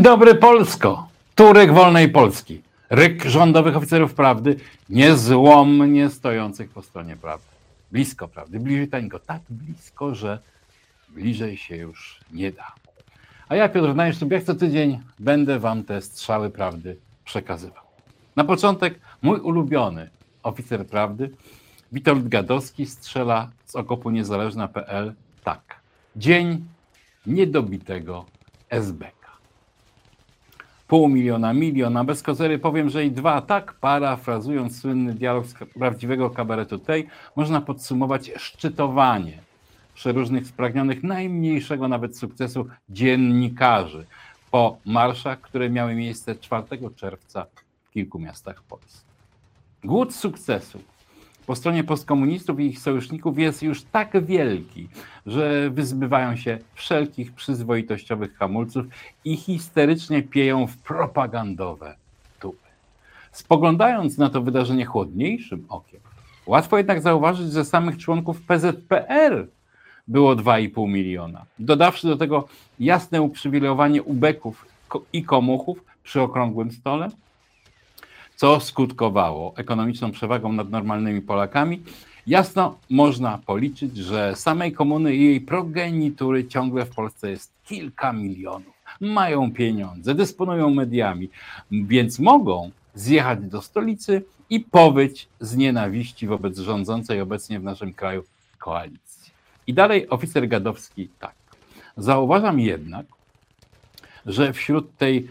Dzień dobry Polsko, tu ryk wolnej Polski, ryk rządowych oficerów prawdy, niezłomnie stojących po stronie prawdy. Blisko prawdy, bliziuteńko, tak blisko, że bliżej się już nie da. A ja, Piotr Najsztub, jak co tydzień będę wam te strzały prawdy przekazywał. Na początek mój ulubiony oficer prawdy, Witold Gadowski, strzela z okopu niezależna.pl tak. Dzień niedobitego SB. 500 000, milion, a bez kozery powiem, że i dwa. Tak, parafrazując słynny dialog z prawdziwego kabaretu tej, można podsumować szczytowanie przeróżnych spragnionych najmniejszego nawet sukcesu dziennikarzy po marszach, które miały miejsce 4 czerwca w kilku miastach Polski. Głód sukcesu po stronie postkomunistów i ich sojuszników jest już tak wielki, że wyzbywają się wszelkich przyzwoitościowych hamulców i histerycznie pieją w propagandowe tuby. Spoglądając na to wydarzenie chłodniejszym okiem, łatwo jednak zauważyć, że samych członków PZPR było 2,5 miliona. Dodawszy do tego jasne uprzywilejowanie ubeków i komuchów przy okrągłym stole, co skutkowało ekonomiczną przewagą nad normalnymi Polakami, jasno można policzyć, że samej komuny i jej progenitury ciągle w Polsce jest kilka milionów. Mają pieniądze, dysponują mediami, więc mogą zjechać do stolicy i powyć z nienawiści wobec rządzącej obecnie w naszym kraju koalicji. I dalej oficer Gadowski tak. Zauważam jednak, że wśród tej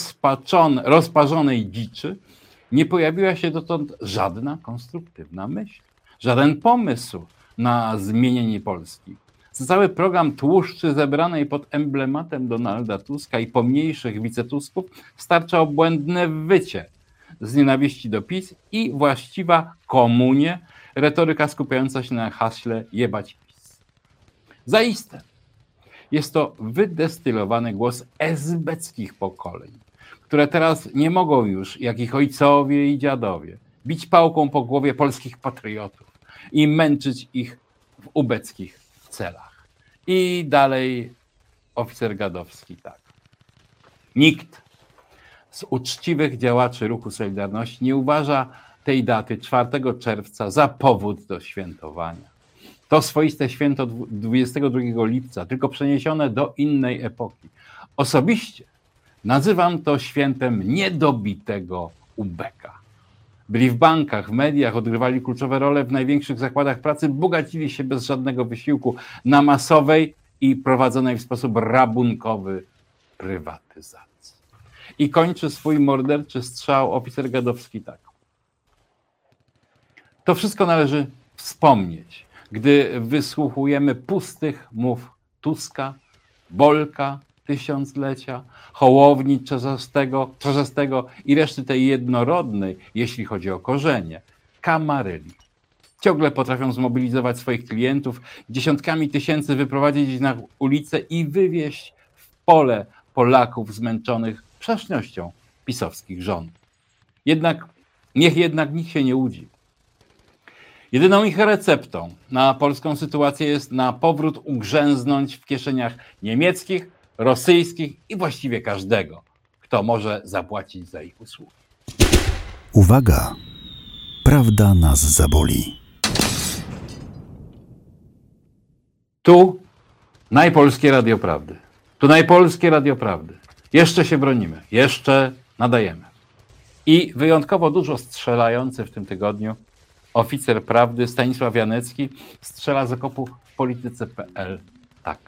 rozparzonej dziczy nie pojawiła się dotąd żadna konstruktywna myśl, żaden pomysł na zmienienie Polski. Za cały program tłuszczy zebranej pod emblematem Donalda Tuska i pomniejszych wicetusków starcza obłędne wycie z nienawiści do PiS i właściwa komunie, retoryka skupiająca się na haśle jebać PiS. Zaiste jest to wydestylowany głos esbeckich pokoleń, które teraz nie mogą już, jak ich ojcowie i dziadowie, bić pałką po głowie polskich patriotów i męczyć ich w ubeckich celach. I dalej oficer Gadowski tak. Nikt z uczciwych działaczy ruchu Solidarności nie uważa tej daty 4 czerwca za powód do świętowania. To swoiste święto 22 lipca, tylko przeniesione do innej epoki. Osobiście nazywam to świętem niedobitego ubeka. Byli w bankach, w mediach, odgrywali kluczowe role w największych zakładach pracy, bogacili się bez żadnego wysiłku na masowej i prowadzonej w sposób rabunkowy prywatyzacji. I kończy swój morderczy strzał oficer Gadowski tak. To wszystko należy wspomnieć, gdy wysłuchujemy pustych mów Tuska, Bolka, Tysiąclecia, Hołowni, Czarzastego i reszty tej jednorodnej, jeśli chodzi o korzenie, kamaryli. Ciągle potrafią zmobilizować swoich klientów, dziesiątkami tysięcy wyprowadzić ich na ulicę i wywieźć w pole Polaków zmęczonych przeszłością pisowskich rządów. Niech jednak nikt się nie łudzi. Jedyną ich receptą na polską sytuację jest na powrót ugrzęznąć w kieszeniach niemieckich, rosyjskich i właściwie każdego, kto może zapłacić za ich usługi. Uwaga! Prawda nas zaboli. Tu Najpolskie Radio Prawdy. Tu Najpolskie Radio Prawdy. Jeszcze się bronimy, jeszcze nadajemy. I wyjątkowo dużo strzelający w tym tygodniu oficer prawdy Stanisław Janecki strzela z okopu w polityce.pl tak.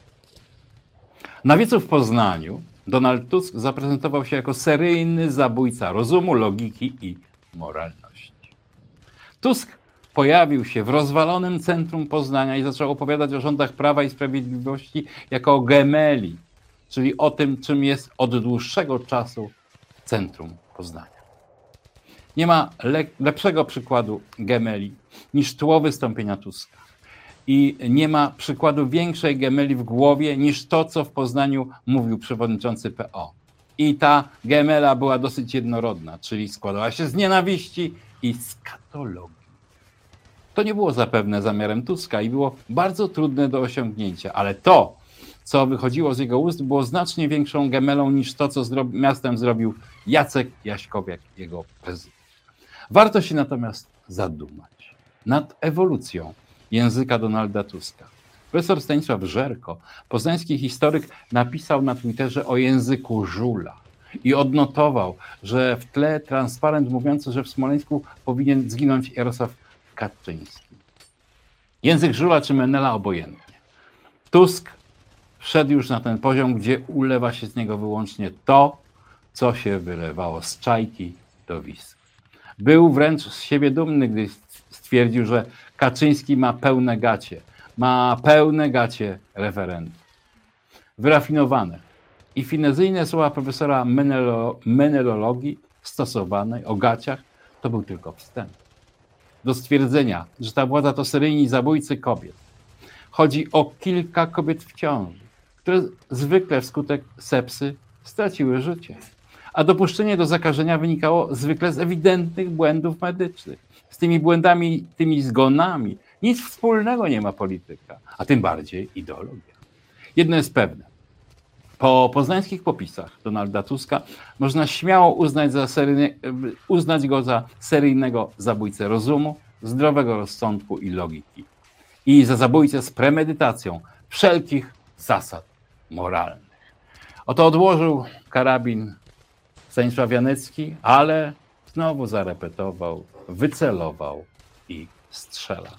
Na wiecu w Poznaniu Donald Tusk zaprezentował się jako seryjny zabójca rozumu, logiki i moralności. Tusk pojawił się w rozwalonym centrum Poznania i zaczął opowiadać o rządach Prawa i Sprawiedliwości jako o gemeli, czyli o tym, czym jest od dłuższego czasu centrum Poznania. Nie ma lepszego przykładu gemeli niż tło wystąpienia Tuska. I nie ma przykładu większej gemeli w głowie niż to, co w Poznaniu mówił przewodniczący PO. I ta gemela była dosyć jednorodna, czyli składała się z nienawiści i skatologii. To nie było zapewne zamiarem Tuska i było bardzo trudne do osiągnięcia, ale to, co wychodziło z jego ust, było znacznie większą gemelą niż to, co miastem zrobił Jacek Jaśkowiak, jego prezydent. Warto się natomiast zadumać nad ewolucją języka Donalda Tuska. Profesor Stanisław Żerko, poznański historyk, napisał na Twitterze o języku żula i odnotował, że w tle transparent mówiący, że w Smoleńsku powinien zginąć Jarosław Kaczyński. Język żula czy Menela obojętnie. Tusk wszedł już na ten poziom, gdzie ulewa się z niego wyłącznie to, co się wylewało z czajki do Wisły. Był wręcz z siebie dumny, gdy stwierdził, że Kaczyński ma pełne gacie referendum. Wyrafinowane i finezyjne słowa profesora menelologii stosowanej o gaciach to był tylko wstęp do stwierdzenia, że ta władza to seryjni zabójcy kobiet. Chodzi o kilka kobiet w ciąży, które zwykle wskutek sepsy straciły życie. A dopuszczenie do zakażenia wynikało zwykle z ewidentnych błędów medycznych. Z tymi błędami, tymi zgonami nic wspólnego nie ma polityka, a tym bardziej ideologia. Jedno jest pewne. Po poznańskich popisach Donalda Tuska można śmiało uznać go za seryjnego zabójcę rozumu, zdrowego rozsądku i logiki. I za zabójcę z premedytacją wszelkich zasad moralnych. Oto odłożył karabin Stanisław Janecki, ale znowu zarepetował, wycelował i strzela.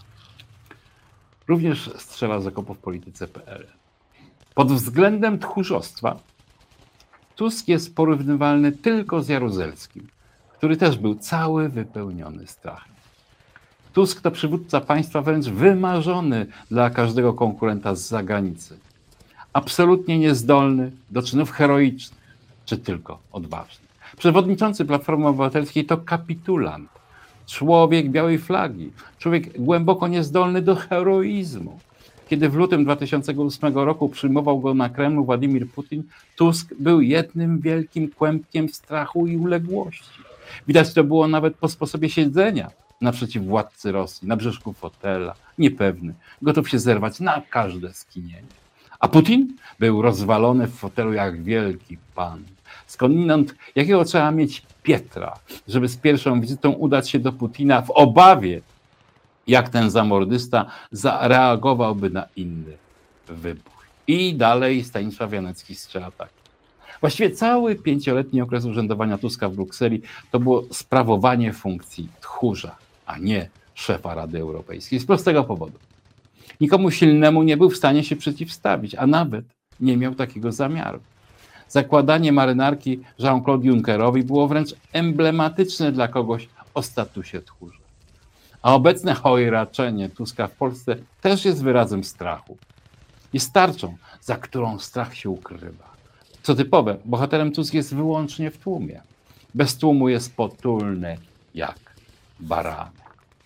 Również strzela z okopów polityce.pl. Pod względem tchórzostwa Tusk jest porównywalny tylko z Jaruzelskim, który też był cały wypełniony strachem. Tusk to przywódca państwa wręcz wymarzony dla każdego konkurenta z zagranicy. Absolutnie niezdolny do czynów heroicznych, czy tylko odważnych. Przewodniczący Platformy Obywatelskiej to kapitulant, człowiek białej flagi, człowiek głęboko niezdolny do heroizmu. Kiedy w lutym 2008 roku przyjmował go na Kremlu Władimir Putin, Tusk był jednym wielkim kłębkiem strachu i uległości. Widać to było nawet po sposobie siedzenia naprzeciw władcy Rosji, na brzuszku fotela, niepewny, gotów się zerwać na każde skinienie. A Putin był rozwalony w fotelu jak wielki pan. Skądinąd jakiego trzeba mieć Pietra, żeby z pierwszą wizytą udać się do Putina w obawie, jak ten zamordysta zareagowałby na inny wybuch. I dalej Stanisław Janecki strzela tak. Właściwie cały 5-letni okres urzędowania Tuska w Brukseli to było sprawowanie funkcji tchórza, a nie szefa Rady Europejskiej. Z prostego powodu. Nikomu silnemu nie był w stanie się przeciwstawić, a nawet nie miał takiego zamiaru. Zakładanie marynarki Jean-Claude Junckerowi było wręcz emblematyczne dla kogoś o statusie tchórza. A obecne chojraczenie Tuska w Polsce też jest wyrazem strachu. Jest tarczą, za którą strach się ukrywa. Co typowe, bohaterem Tusk jest wyłącznie w tłumie. Bez tłumu jest potulny jak baranek.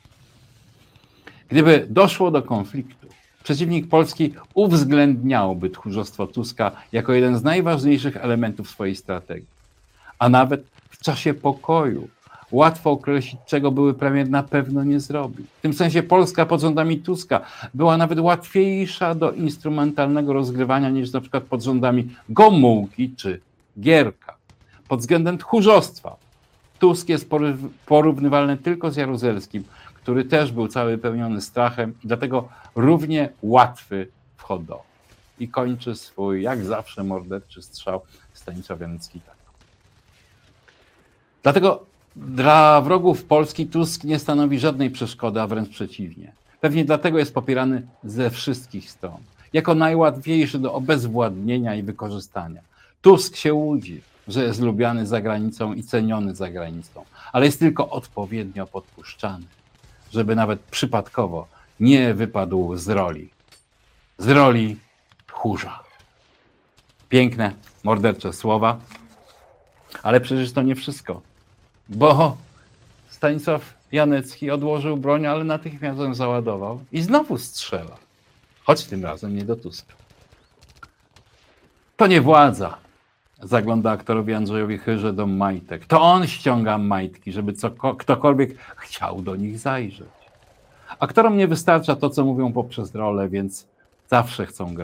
Gdyby doszło do konfliktu, przeciwnik Polski uwzględniałby tchórzostwo Tuska jako jeden z najważniejszych elementów swojej strategii. A nawet w czasie pokoju łatwo określić, czego były premier na pewno nie zrobił. W tym sensie Polska pod rządami Tuska była nawet łatwiejsza do instrumentalnego rozgrywania niż na przykład pod rządami Gomułki czy Gierka. Pod względem tchórzostwa Tusk jest porównywalny tylko z Jaruzelskim, który też był cały wypełniony strachem i dlatego równie łatwy w hodo. I kończy swój, jak zawsze, morderczy strzał Stanisław Janecki tak. Dlatego dla wrogów Polski Tusk nie stanowi żadnej przeszkody, a wręcz przeciwnie. Pewnie dlatego jest popierany ze wszystkich stron. Jako najłatwiejszy do obezwładnienia i wykorzystania. Tusk się łudzi, że jest lubiany za granicą i ceniony za granicą, ale jest tylko odpowiednio podpuszczany, żeby nawet przypadkowo nie wypadł z roli tchórza. Piękne, mordercze słowa, ale przecież to nie wszystko. Bo Stanisław Janecki odłożył broń, ale natychmiast ją załadował i znowu strzela. Choć tym razem nie do Tuska. To nie władza zagląda aktorowi Andrzejowi Chyrze do majtek. To on ściąga majtki, żeby ktokolwiek chciał do nich zajrzeć. Aktorom nie wystarcza to, co mówią poprzez rolę, więc zawsze chcą grać.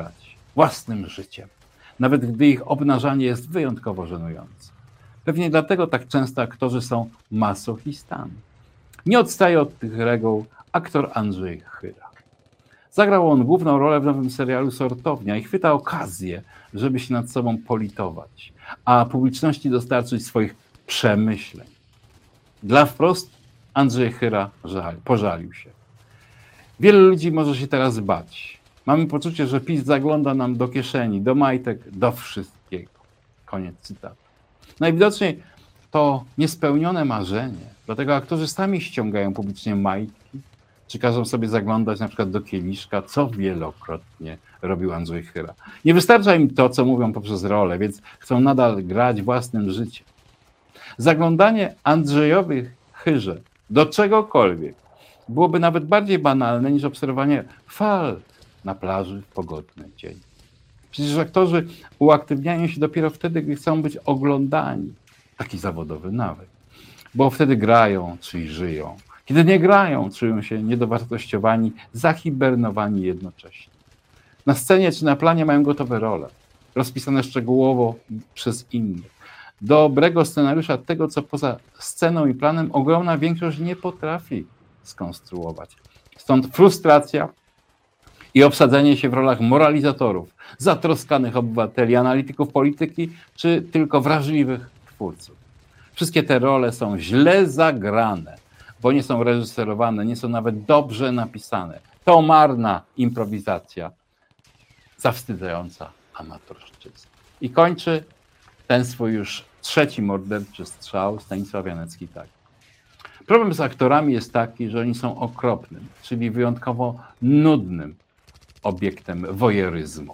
własnym życiem, nawet gdy ich obnażanie jest wyjątkowo żenujące. Pewnie dlatego tak często aktorzy są masochistami. Nie odstaje od tych reguł aktor Andrzej Chyra. Zagrał on główną rolę w nowym serialu Sortownia i chwyta okazję, żeby się nad sobą politować, a publiczności dostarczyć swoich przemyśleń. Dla wprost Andrzej Chyra pożalił się. Wielu ludzi może się teraz bać. Mamy poczucie, że PiS zagląda nam do kieszeni, do majtek, do wszystkiego. Koniec cytatu. Najwidoczniej to niespełnione marzenie, dlatego aktorzy sami ściągają publicznie majtki, czy każą sobie zaglądać na przykład do kieliszka, co wielokrotnie robił Andrzej Chyra. Nie wystarcza im to, co mówią poprzez rolę, więc chcą nadal grać własnym życiem. Zaglądanie Andrzejowi Chyrze do czegokolwiek byłoby nawet bardziej banalne niż obserwowanie fal na plaży w pogodny dzień. Przecież aktorzy uaktywniają się dopiero wtedy, gdy chcą być oglądani. Taki zawodowy nawyk. Bo wtedy grają, czyli żyją. Kiedy nie grają, czują się niedowartościowani, zahibernowani jednocześnie. Na scenie czy na planie mają gotowe role, rozpisane szczegółowo przez innych. Dobrego scenariusza, tego co poza sceną i planem, ogromna większość nie potrafi skonstruować. Stąd frustracja i obsadzenie się w rolach moralizatorów, zatroskanych obywateli, analityków polityki, czy tylko wrażliwych twórców. Wszystkie te role są źle zagrane, bo nie są reżyserowane, nie są nawet dobrze napisane. To marna improwizacja, zawstydzająca amatorszczyznę. I kończy ten swój już trzeci morderczy strzał Stanisław Janecki tak. Problem z aktorami jest taki, że oni są okropnym, czyli wyjątkowo nudnym obiektem wojeryzmu.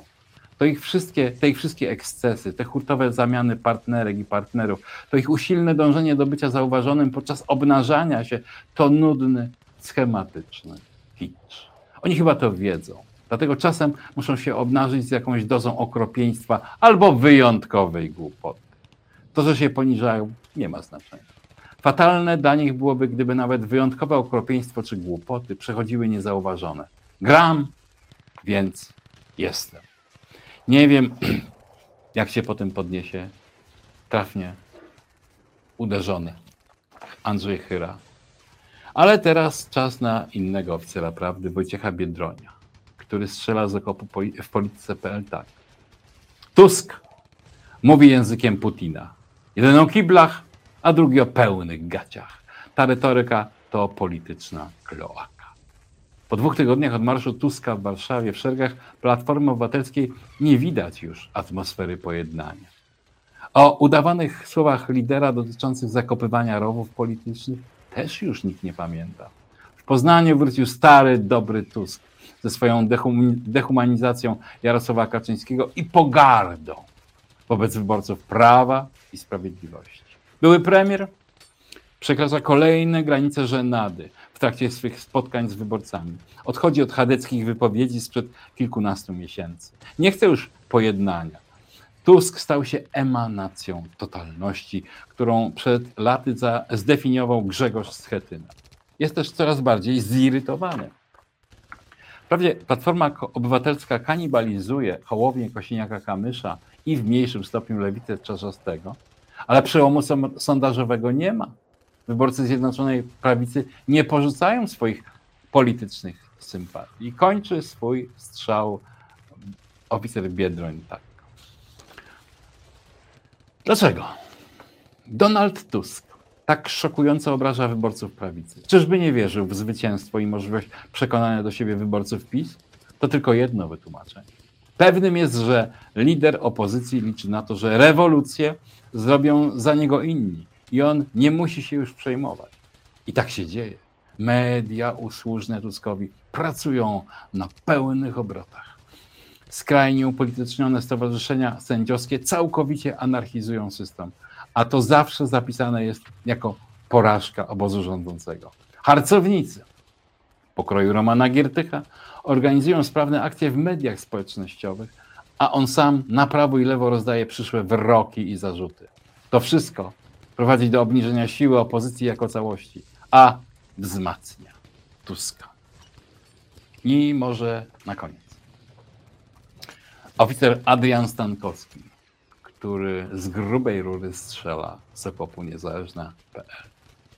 Te ich wszystkie ekscesy, te hurtowe zamiany partnerek i partnerów, to ich usilne dążenie do bycia zauważonym podczas obnażania się, to nudny, schematyczny kicz. Oni chyba to wiedzą. Dlatego czasem muszą się obnażyć z jakąś dozą okropieństwa albo wyjątkowej głupoty. To, że się poniżają, nie ma znaczenia. Fatalne dla nich byłoby, gdyby nawet wyjątkowe okropieństwo czy głupoty przechodziły niezauważone. Gram, więc jestem. Nie wiem, jak się potem podniesie trafnie uderzony Andrzej Chyra. Ale teraz czas na innego oficera prawdy, Wojciecha Biedronia, który strzela z okopu w polityce.pl tak. Tusk mówi językiem Putina. Jeden o kiblach, a drugi o pełnych gaciach. Ta retoryka to polityczna kloaka. Po 2 tygodniach od marszu Tuska w Warszawie w szeregach Platformy Obywatelskiej nie widać już atmosfery pojednania. O udawanych słowach lidera dotyczących zakopywania rowów politycznych też już nikt nie pamięta. W Poznaniu wrócił stary, dobry Tusk ze swoją dehumanizacją Jarosława Kaczyńskiego i pogardą wobec wyborców Prawa i Sprawiedliwości. Były premier przekracza kolejne granice żenady w trakcie swych spotkań z wyborcami. Odchodzi od chadeckich wypowiedzi sprzed kilkunastu miesięcy. Nie chce już pojednania. Tusk stał się emanacją totalności, którą przed laty zdefiniował Grzegorz Schetyna. Jest też coraz bardziej zirytowany. Wprawdzie Platforma Obywatelska kanibalizuje Hołownię, Kosiniaka-Kamysza i w mniejszym stopniu Lewicę Czarzastego, ale przełomu sondażowego nie ma. Wyborcy Zjednoczonej Prawicy nie porzucają swoich politycznych sympatii. I kończy swój strzał oficer Biedroń tak. Dlaczego Donald Tusk tak szokująco obraża wyborców prawicy? Czyżby nie wierzył w zwycięstwo i możliwość przekonania do siebie wyborców PiS? To tylko jedno wytłumaczenie. Pewnym jest, że lider opozycji liczy na to, że rewolucję zrobią za niego inni i on nie musi się już przejmować. I tak się dzieje. Media usłużne Tuskowi pracują na pełnych obrotach. Skrajnie upolitycznione stowarzyszenia sędziowskie całkowicie anarchizują system, a to zawsze zapisane jest jako porażka obozu rządzącego. Harcownicy pokroju Romana Giertycha organizują sprawne akcje w mediach społecznościowych, a on sam na prawo i lewo rozdaje przyszłe wyroki i zarzuty. To wszystko prowadzi do obniżenia siły opozycji jako całości, a wzmacnia Tuska. I może na koniec. Oficer Adrian Stankowski, który z grubej rury strzela z okopu niezależna.pl.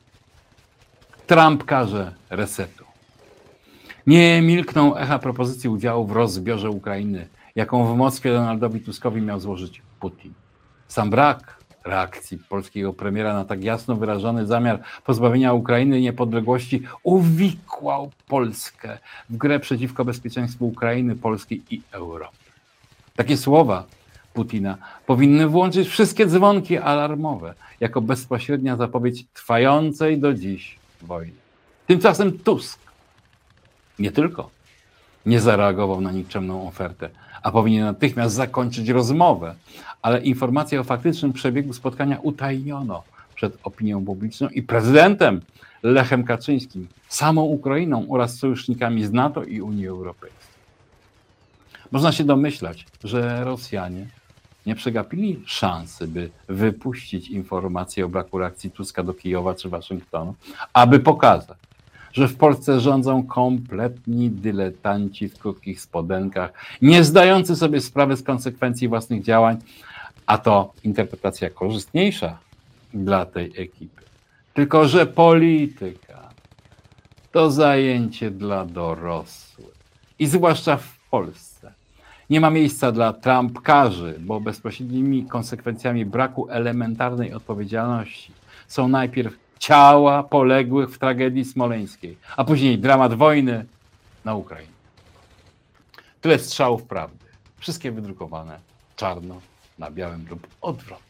Trump każe resetu. Nie milkną echa propozycji udziału w rozbiorze Ukrainy, jaką w Moskwie Donaldowi Tuskowi miał złożyć Putin. Sam brak reakcji polskiego premiera na tak jasno wyrażony zamiar pozbawienia Ukrainy niepodległości uwikłał Polskę w grę przeciwko bezpieczeństwu Ukrainy, Polski i Europy. Takie słowa Putina powinny włączyć wszystkie dzwonki alarmowe jako bezpośrednia zapowiedź trwającej do dziś wojny. Tymczasem Tusk nie tylko nie zareagował na nikczemną ofertę, a powinien natychmiast zakończyć rozmowę, ale informacje o faktycznym przebiegu spotkania utajniono przed opinią publiczną i prezydentem Lechem Kaczyńskim, samą Ukrainą oraz sojusznikami z NATO i Unii Europejskiej. Można się domyślać, że Rosjanie nie przegapili szansy, by wypuścić informacje o braku reakcji Tuska do Kijowa czy Waszyngtonu, aby pokazać, że w Polsce rządzą kompletni dyletanci w krótkich spodenkach, nie zdający sobie sprawy z konsekwencji własnych działań, a to interpretacja korzystniejsza dla tej ekipy. Tylko że polityka to zajęcie dla dorosłych i zwłaszcza w Polsce. Nie ma miejsca dla trampkarzy, bo bezpośrednimi konsekwencjami braku elementarnej odpowiedzialności są najpierw ciała poległych w tragedii smoleńskiej, a później dramat wojny na Ukrainie. Tyle strzałów prawdy. Wszystkie wydrukowane czarno na białym lub odwrotnie.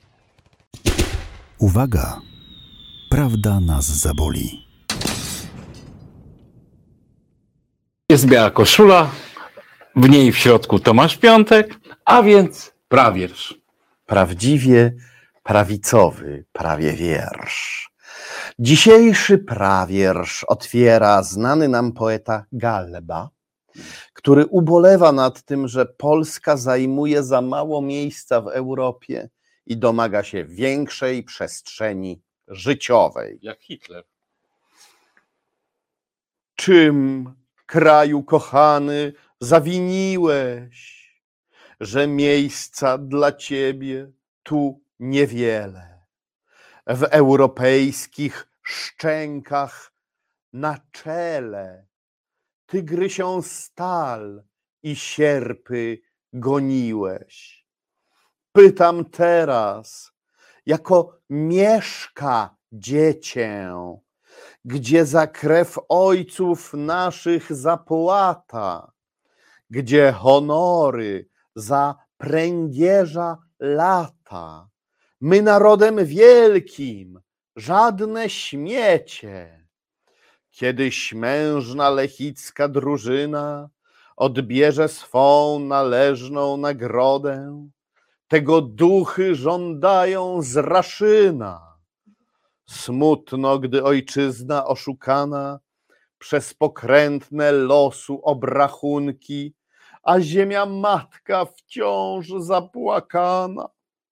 Uwaga! Prawda nas zaboli. Jest biała koszula, w niej w środku Tomasz Piątek, a więc prawiersz. Prawdziwie prawicowy prawiewiersz. Dzisiejszy prawiersz otwiera znany nam poeta Galba, który ubolewa nad tym, że Polska zajmuje za mało miejsca w Europie i domaga się większej przestrzeni życiowej. Jak Hitler. Czym, kraju kochany, zawiniłeś, że miejsca dla ciebie tu niewiele? W europejskich szczękach na czele tygrysią stal i sierpy goniłeś. Pytam teraz, jako mieszka dziecię, gdzie za krew ojców naszych zapłata, gdzie honory za pręgierza lata, my narodem wielkim, żadne śmiecie. Kiedyś mężna lechicka drużyna odbierze swą należną nagrodę, tego duchy żądają z Raszyna. Smutno, gdy ojczyzna oszukana przez pokrętne losu obrachunki, a ziemia matka wciąż zapłakana.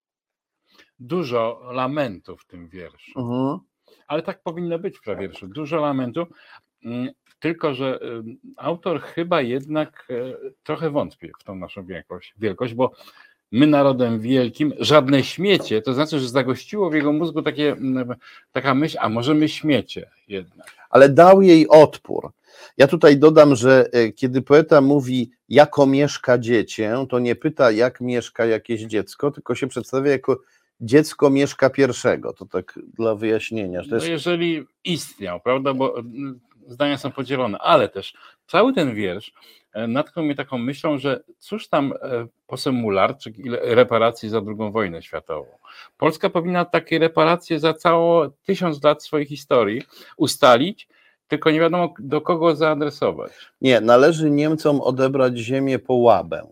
Dużo lamentu w tym wierszu. Ale tak powinno być w prawierszu. Dużo lamentu, tylko że autor chyba jednak trochę wątpi w tą naszą wielkość, bo my narodem wielkim, żadne śmiecie, to znaczy, że zagościło w jego mózgu taka myśl, a może my śmiecie jednak. Ale dał jej odpór. Ja tutaj dodam, że kiedy poeta mówi, jako mieszka dziecię, to nie pyta, jak mieszka jakieś dziecko, tylko się przedstawia jako dziecko Mieszka I. To tak dla wyjaśnienia. Że to jest... No jeżeli istniał, prawda, bo zdania są podzielone, ale też cały ten wiersz natknął mnie taką myślą, że cóż tam poseł Mularczyk, ile reparacji za II wojnę światową. Polska powinna takie reparacje za cało 1000 lat swojej historii ustalić, tylko nie wiadomo do kogo zaadresować. Nie, należy Niemcom odebrać ziemię po łabę.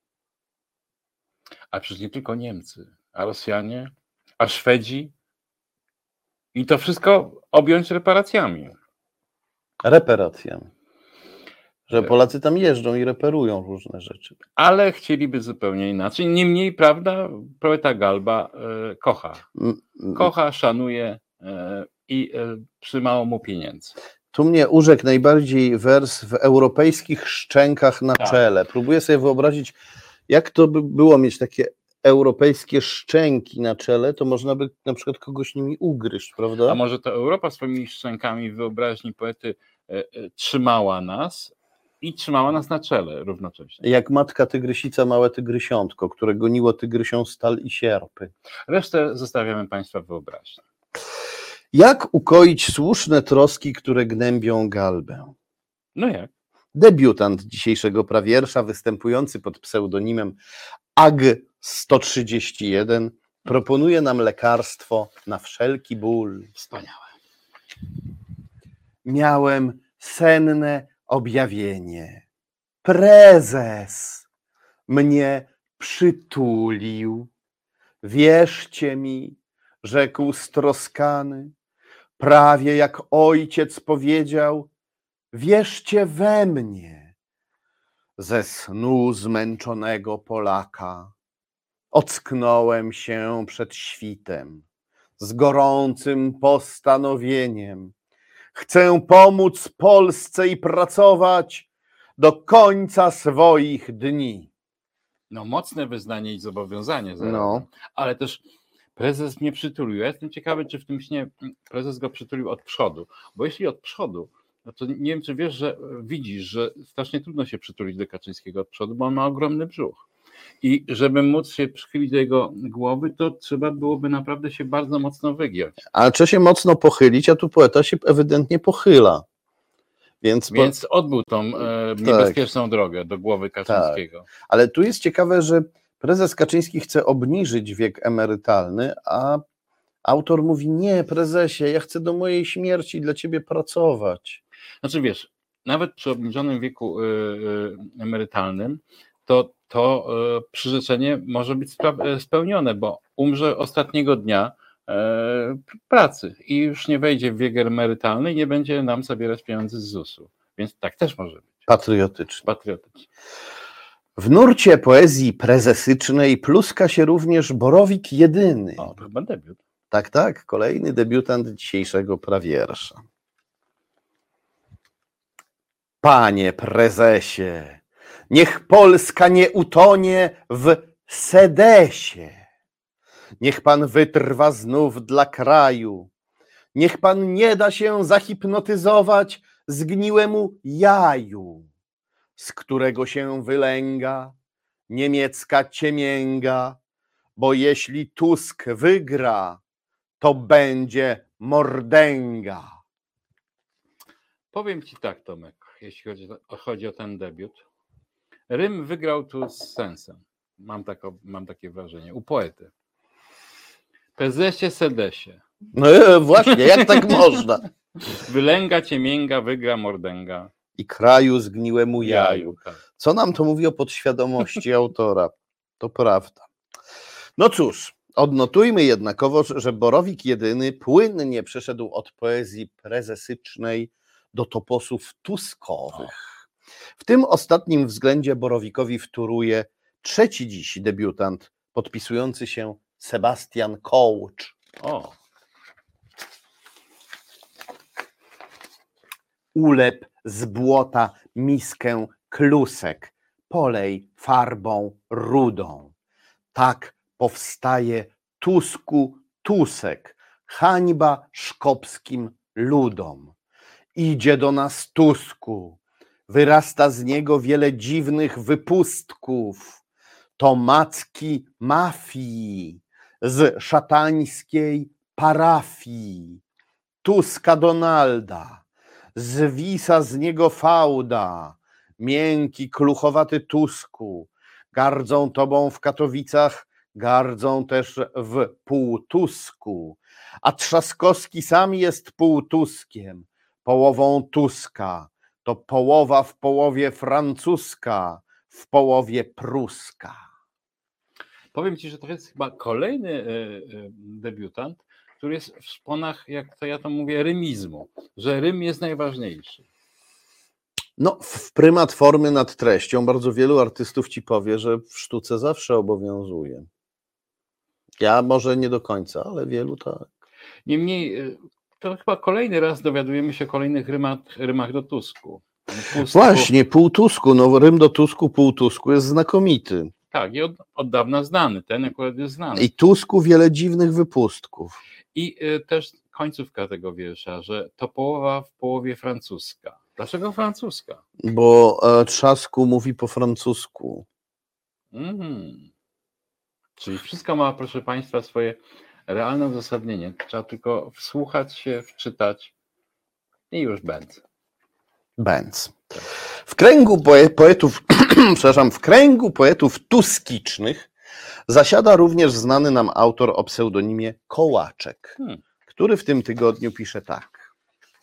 A przecież nie tylko Niemcy, a Rosjanie, a Szwedzi i to wszystko objąć reparacjami. Reparacjami. Że Polacy tam jeżdżą i reperują różne rzeczy. Ale chcieliby zupełnie inaczej. Niemniej, prawda, poeta Galba kocha, szanuje i przy mało mu pieniędzy. Tu mnie urzekł najbardziej wers w europejskich szczękach na czele. Próbuję sobie wyobrazić, Jak to by było mieć takie europejskie szczęki na czele, to można by na przykład kogoś nimi ugryźć, prawda? A może to Europa swoimi szczękami w wyobraźni poety trzymała nas i trzymała nas na czele równocześnie. Jak matka tygrysica, małe tygrysiątko, które goniło tygrysią stal i sierpy. Resztę zostawiamy Państwa w wyobraźni. Jak ukoić słuszne troski, które gnębią galbę? No jak? Debiutant dzisiejszego prawiersza, występujący pod pseudonimem AG 131, proponuje nam lekarstwo na wszelki ból. Wspaniałe. Miałem senne objawienie. Prezes mnie przytulił. Wierzcie mi, rzekł stroskany, prawie jak ojciec powiedział, wierzcie we mnie. Ze snu zmęczonego Polaka ocknąłem się przed świtem z gorącym postanowieniem. Chcę pomóc Polsce i pracować do końca swoich dni. No mocne wyznanie i zobowiązanie. No. Ale też prezes mnie przytulił. Ja jestem ciekawy, czy w tym śnie prezes go przytulił od przodu. Bo jeśli od przodu, no to nie wiem, czy wiesz, że widzisz, że strasznie trudno się przytulić do Kaczyńskiego od przodu, bo on ma ogromny brzuch. I żeby móc się przychylić do jego głowy, to trzeba byłoby naprawdę się bardzo mocno wygiąć. Ale trzeba się mocno pochylić, a tu poeta się ewidentnie pochyla. Więc odbył tą niebezpieczną drogę do głowy Kaczyńskiego. Tak. Ale tu jest ciekawe, że prezes Kaczyński chce obniżyć wiek emerytalny, a autor mówi, nie prezesie, ja chcę do mojej śmierci dla ciebie pracować. Znaczy wiesz, nawet przy obniżonym wieku emerytalnym, to przyrzeczenie może być spełnione, bo umrze ostatniego dnia pracy i już nie wejdzie w wiek emerytalny i nie będzie nam zabierać pieniędzy z ZUS-u. Więc tak też może być. Patriotycznie. W nurcie poezji prezesycznej pluska się również Borowik Jedyny. O, to chyba debiut. Tak, kolejny debiutant dzisiejszego prawiersza. Panie prezesie, niech Polska nie utonie w sedesie. Niech pan wytrwa znów dla kraju. Niech pan nie da się zahipnotyzować zgniłemu jaju, z którego się wylęga niemiecka ciemięga, bo jeśli Tusk wygra, to będzie mordęga. Powiem ci tak, Tomek, jeśli chodzi o ten debiut. Rym wygrał tu z sensem. Mam takie wrażenie. U poety. Prezesie sedesie. No właśnie, jak tak można? Wylęga ciemięga, wygra mordęga. I kraju zgniłemu jaju. Tak. Co nam to mówi o podświadomości autora? To prawda. No cóż, odnotujmy jednakowoż, że Borowik Jedyny płynnie przeszedł od poezji prezesycznej do toposów tuskowych. W tym ostatnim względzie Borowikowi wtóruje trzeci dziś debiutant, podpisujący się Sebastian Kołcz. O. Ulep z błota miskę klusek, polej farbą rudą. Tak powstaje Tusku Tusek, hańba szkopskim ludom. Idzie do nas Tusku, wyrasta z niego wiele dziwnych wypustków. To macki mafii z szatańskiej parafii. Tuska Donalda, zwisa z niego fałda, miękki, kluchowaty Tusku. Gardzą tobą w Katowicach, gardzą też w Półtusku. A Trzaskowski sam jest półtuskiem, połową Tuska. To połowa w połowie francuska, w połowie pruska. Powiem ci, że to jest chyba kolejny debiutant, który jest w szponach, jak to ja to mówię, rymizmu, że rym jest najważniejszy. No, w prymat formy nad treścią bardzo wielu artystów ci powie, że w sztuce zawsze obowiązuje. Ja może nie do końca, ale wielu tak. Niemniej, to chyba kolejny raz dowiadujemy się o kolejnych rymach do Tusku. Właśnie, półtusku, no rym do Tusku, półtusku jest znakomity. Tak, i od dawna znany, ten akurat jest znany. I Tusku wiele dziwnych wypustków. I też końcówka tego wiersza, że to połowa w połowie francuska. Dlaczego francuska? Bo Trzasku mówi po francusku. Czyli wszystko ma, proszę Państwa, swoje realne uzasadnienie. Trzeba tylko wsłuchać się, wczytać i już będzie. Benz. W kręgu poetów, przepraszam, w kręgu poetów tuskicznych zasiada również znany nam autor o pseudonimie Kołaczek, który w tym tygodniu pisze tak.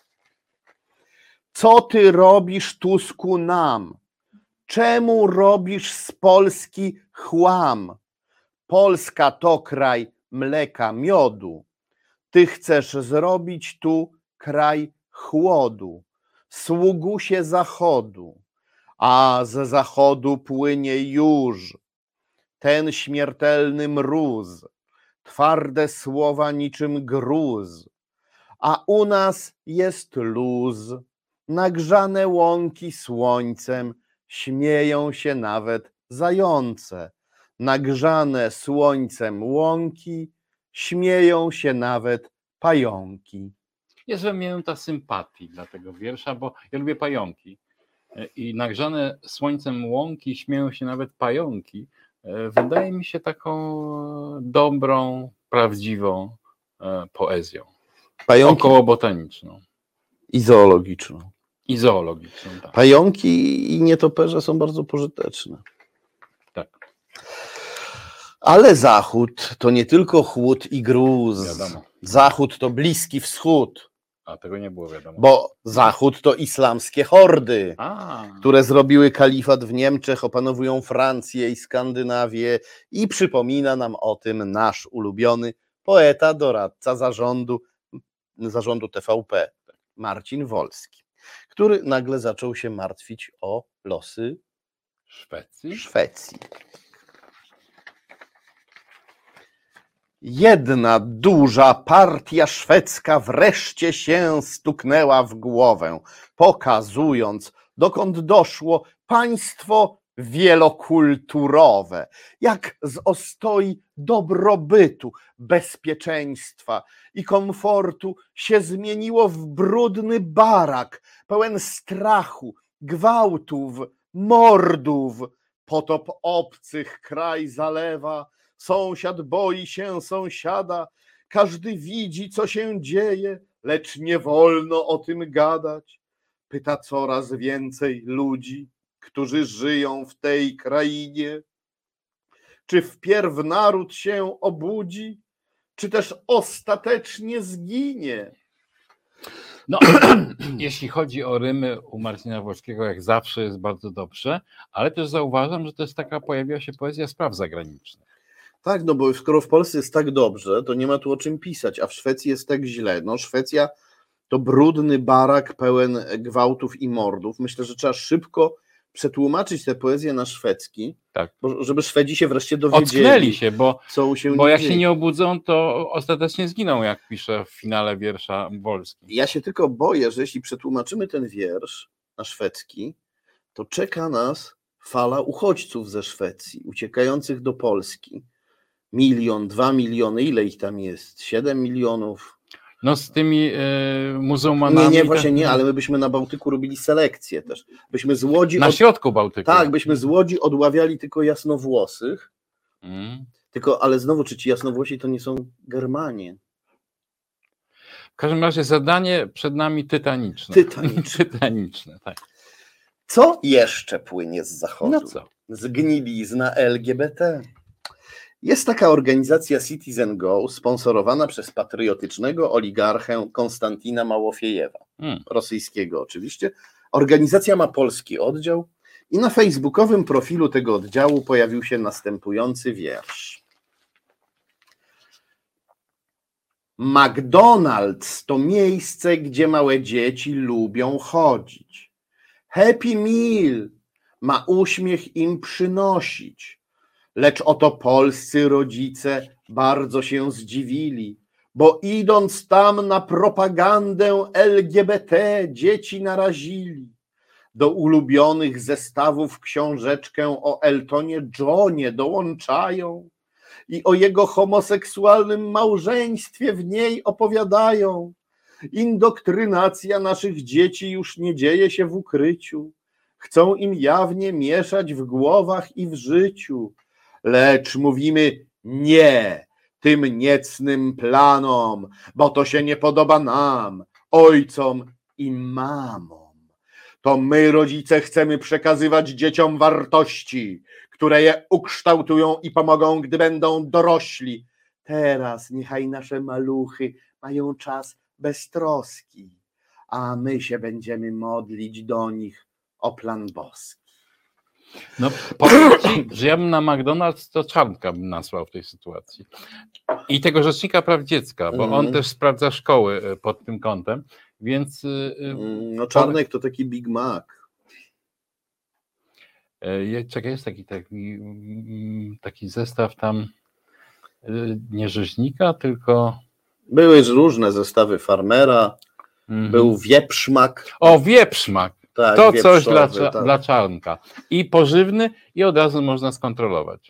Co ty robisz, Tusku, nam? Czemu robisz z Polski chłam? Polska to kraj mleka, miodu. Ty chcesz zrobić tu kraj chłodu. Sługusie zachodu, a ze zachodu płynie już ten śmiertelny mróz, twarde słowa niczym gruz, a u nas jest luz, nagrzane łąki słońcem, śmieją się nawet zające, nagrzane słońcem łąki, śmieją się nawet pająki. Jest we mnie ta sympatii dla tego wiersza, bo ja lubię pająki i nagrzane słońcem łąki, śmieją się nawet pająki. Wydaje mi się taką dobrą, prawdziwą poezją. Pająki okołobotaniczną. i zoologiczną. I zoologiczną, tak. Pająki i nietoperze są bardzo pożyteczne. Tak. Ale Zachód to nie tylko chłód i gruz. Wiadomo. Zachód to Bliski Wschód. A tego nie było wiadomo. Bo Zachód to islamskie hordy, A. które zrobiły kalifat w Niemczech, opanowują Francję i Skandynawię i przypomina nam o tym nasz ulubiony poeta, doradca zarządu TVP, Marcin Wolski, który nagle zaczął się martwić o losy Szwecji. Jedna duża partia szwedzka wreszcie się stuknęła w głowę, pokazując, dokąd doszło państwo wielokulturowe, jak z ostoi dobrobytu, bezpieczeństwa i komfortu się zmieniło w brudny barak, pełen strachu, gwałtów, mordów. Potop obcych kraj zalewa, sąsiad boi się sąsiada, każdy widzi, co się dzieje, lecz nie wolno o tym gadać. Pyta coraz więcej ludzi, którzy żyją w tej krainie. Czy wpierw naród się obudzi, czy też ostatecznie zginie? No, jeśli chodzi o rymy u Marcina Wolskiego, jak zawsze jest bardzo dobrze, ale też zauważam, że to jest taka, pojawiła się poezja spraw zagranicznych. Tak, no bo skoro w Polsce jest tak dobrze, to nie ma tu o czym pisać, a w Szwecji jest tak źle. No Szwecja to brudny barak pełen gwałtów i mordów. Myślę, że trzeba szybko przetłumaczyć tę poezję na szwedzki, tak, żeby Szwedzi się wreszcie dowiedzieli. Ocknęli się, bo jak dzieje. się nie obudzą, to ostatecznie zginą, jak pisze w finale wiersza Wolski. Ja się tylko boję, że jeśli przetłumaczymy ten wiersz na szwedzki, to czeka nas fala uchodźców ze Szwecji, uciekających do Polski. 1 milion, 2 miliony, ile ich tam jest? 7 milionów? No z tymi muzułmanami... Nie, właśnie nie, ale my byśmy na Bałtyku robili selekcję też. Byśmy z Łodzi... Na środku Bałtyku. Tak, byśmy z Łodzi odławiali tylko jasnowłosych, tylko, ale znowu, czy ci jasnowłosi to nie są Germanie? W każdym razie zadanie przed nami tytaniczne. Tytaniczne, tak. Co jeszcze płynie z zachodu? No co? Zgnilizna LGBT. Jest taka organizacja Citizen Go, sponsorowana przez patriotycznego oligarchę Konstantina Małofiejewa, rosyjskiego oczywiście. Organizacja ma polski oddział i na facebookowym profilu tego oddziału pojawił się następujący wiersz. McDonald's to miejsce, gdzie małe dzieci lubią chodzić. Happy Meal ma uśmiech im przynosić. Lecz oto polscy rodzice bardzo się zdziwili, bo idąc tam na propagandę LGBT dzieci narazili. do ulubionych zestawów książeczkę o Eltonie Johnie dołączają i o jego homoseksualnym małżeństwie w niej opowiadają. Indoktrynacja naszych dzieci już nie dzieje się w ukryciu. Chcą im jawnie mieszać w głowach i w życiu. Lecz mówimy nie tym niecnym planom, bo to się nie podoba nam, ojcom i mamom. To my, rodzice, chcemy przekazywać dzieciom wartości, które je ukształtują i pomogą, gdy będą dorośli. Teraz niechaj nasze maluchy mają czas bez troski, a my się będziemy modlić do nich o plan boski. No powiem ci, że ja bym na McDonald's to Czarnka bym nasłał w tej sytuacji. I tego Rzecznika Praw Dziecka, bo on też sprawdza szkoły pod tym kątem, więc... No Czarnek to taki Big Mac. Czekaj, jest taki zestaw tam nie rzeźnika, tylko... Były różne zestawy farmera, był wieprzmak. O, wieprzmak! Tak, to coś tak. dla Czarnka. I pożywny, i od razu można skontrolować.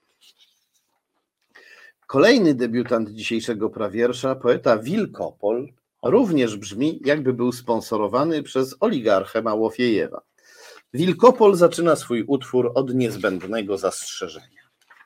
Kolejny debiutant dzisiejszego prawiersza, poeta Wilkopol, również brzmi, jakby był sponsorowany przez oligarchę Małofiejewa. Wilkopol zaczyna swój utwór od niezbędnego zastrzeżenia.